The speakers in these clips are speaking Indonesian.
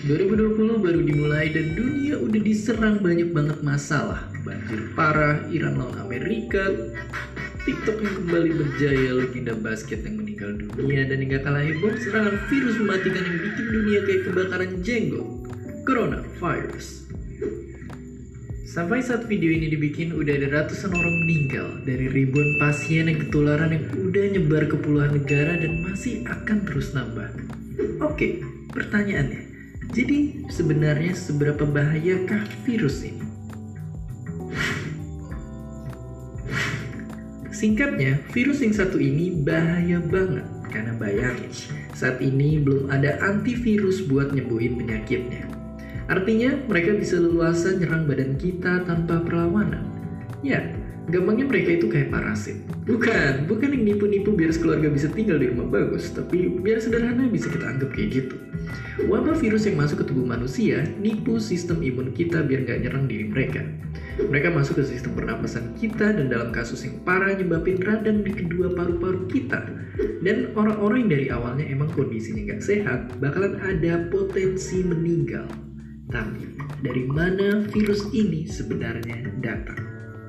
2020 baru dimulai dan dunia udah diserang banyak banget masalah. Banjir parah, Iran lawan Amerika, TikTok yang kembali berjaya, legenda basket yang meninggal dunia, dan hingga kalah heboh serangan virus mematikan yang bikin dunia kayak kebakaran jenggot, coronavirus. Sampai saat video ini dibikin udah ada ratusan orang meninggal dari ribuan pasien yang ketularan yang udah nyebar ke puluhan negara dan masih akan terus nambah. Oke, pertanyaannya, jadi sebenarnya seberapa bahayakah virus ini? Singkatnya, virus yang satu ini bahaya banget. Karena bayangin, saat ini belum ada antivirus buat nyembuhin penyakitnya. Artinya, mereka bisa leluasa nyerang badan kita tanpa perlawanan. Ya, gampangnya mereka itu kayak parasit. Bukan yang nipu-nipu biar sekeluarga bisa tinggal di rumah bagus, tapi biar sederhana bisa kita anggap kayak gitu. Wabah virus yang masuk ke tubuh manusia nipu sistem imun kita biar nggak nyerang diri mereka. Mereka masuk ke sistem pernapasan kita dan dalam kasus yang parah nyebabin radang di kedua paru-paru kita. Dan orang-orang yang dari awalnya emang kondisinya nggak sehat bakalan ada potensi meninggal. Tapi dari mana virus ini sebenarnya datang?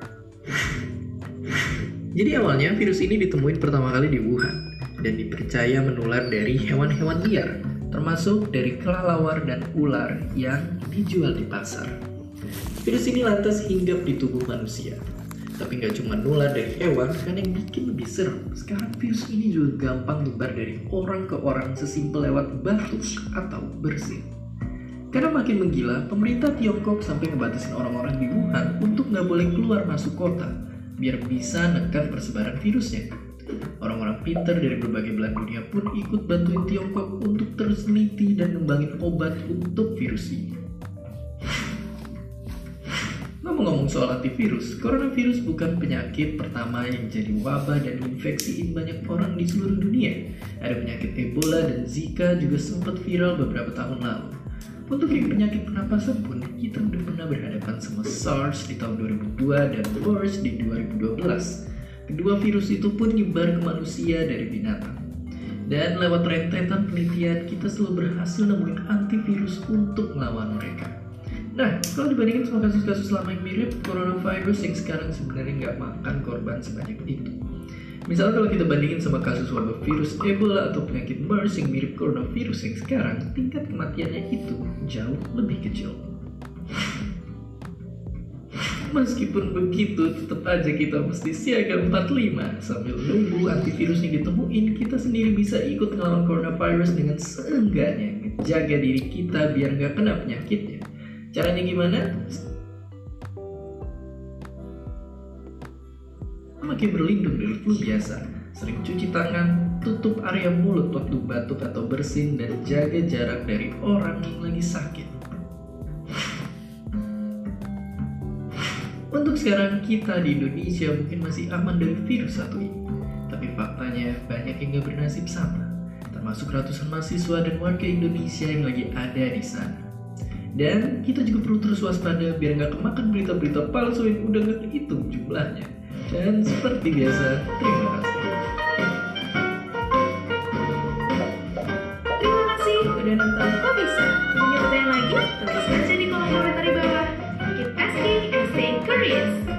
Jadi awalnya virus ini ditemuin pertama kali di Wuhan dan dipercaya menular dari hewan-hewan liar, termasuk dari kelelawar dan ular yang dijual di pasar. Virus ini lantas hinggap di tubuh manusia. Tapi nggak cuma nular dari hewan, kan yang bikin lebih serem. Sekarang virus ini juga gampang nyebar dari orang ke orang sesimpel lewat batuk atau bersin. Karena makin menggila, pemerintah Tiongkok sampai ngebatasin orang-orang di Wuhan untuk nggak boleh keluar masuk kota, biar bisa nekan persebaran virusnya. Orang-orang pintar dari berbagai belahan dunia pun ikut bantuin Tiongkok untuk terus meneliti dan ngembangin obat untuk virus ini. Ngomong-ngomong soal antivirus, coronavirus bukan penyakit pertama yang jadi wabah dan infeksiin banyak orang di seluruh dunia. Ada penyakit Ebola dan Zika juga sempat viral beberapa tahun lalu. Untuk yang penyakit pernapasan pun, kita udah pernah berhadapan sama SARS di tahun 2002 dan MERS di 2012. Kedua virus itu pun nyebar ke manusia dari binatang. Dan lewat rentetan penelitian, kita selalu berhasil nemuin antivirus untuk melawan mereka. Nah, kalau dibandingin sama kasus-kasus lama yang mirip, coronavirus yang sekarang sebenarnya nggak makan korban sebanyak itu. Misalnya kalau kita bandingin sama kasus wabah virus Ebola atau penyakit MERS yang mirip coronavirus yang sekarang, tingkat kematiannya itu jauh lebih kecil. Meskipun begitu, tetap aja kita mesti siaga 45 sambil nunggu antivirusnya ditemuin. Kita sendiri bisa ikut ngelawan coronavirus dengan seenggaknya ngejaga diri kita biar nggak kena penyakitnya. Caranya gimana? Makin berlindung dari flu biasa, sering cuci tangan, tutup area mulut waktu batuk atau bersin, dan jaga jarak dari orang yang lagi sakit. Untuk sekarang kita di Indonesia mungkin masih aman dari virus satu ini, tapi faktanya banyak yang gak bernasib sama, termasuk ratusan mahasiswa dan warga Indonesia yang lagi ada di sana. Dan kita juga perlu terus waspada biar gak kemakan berita-berita palsu yang udah gak kehitung jumlahnya. Dan seperti biasa, terima kasih. Terima kasih udah nonton Kok Bisa. Punya pertanyaan lagi? Tulis aja di kolom komentar di bawah. Keep asking and stay curious.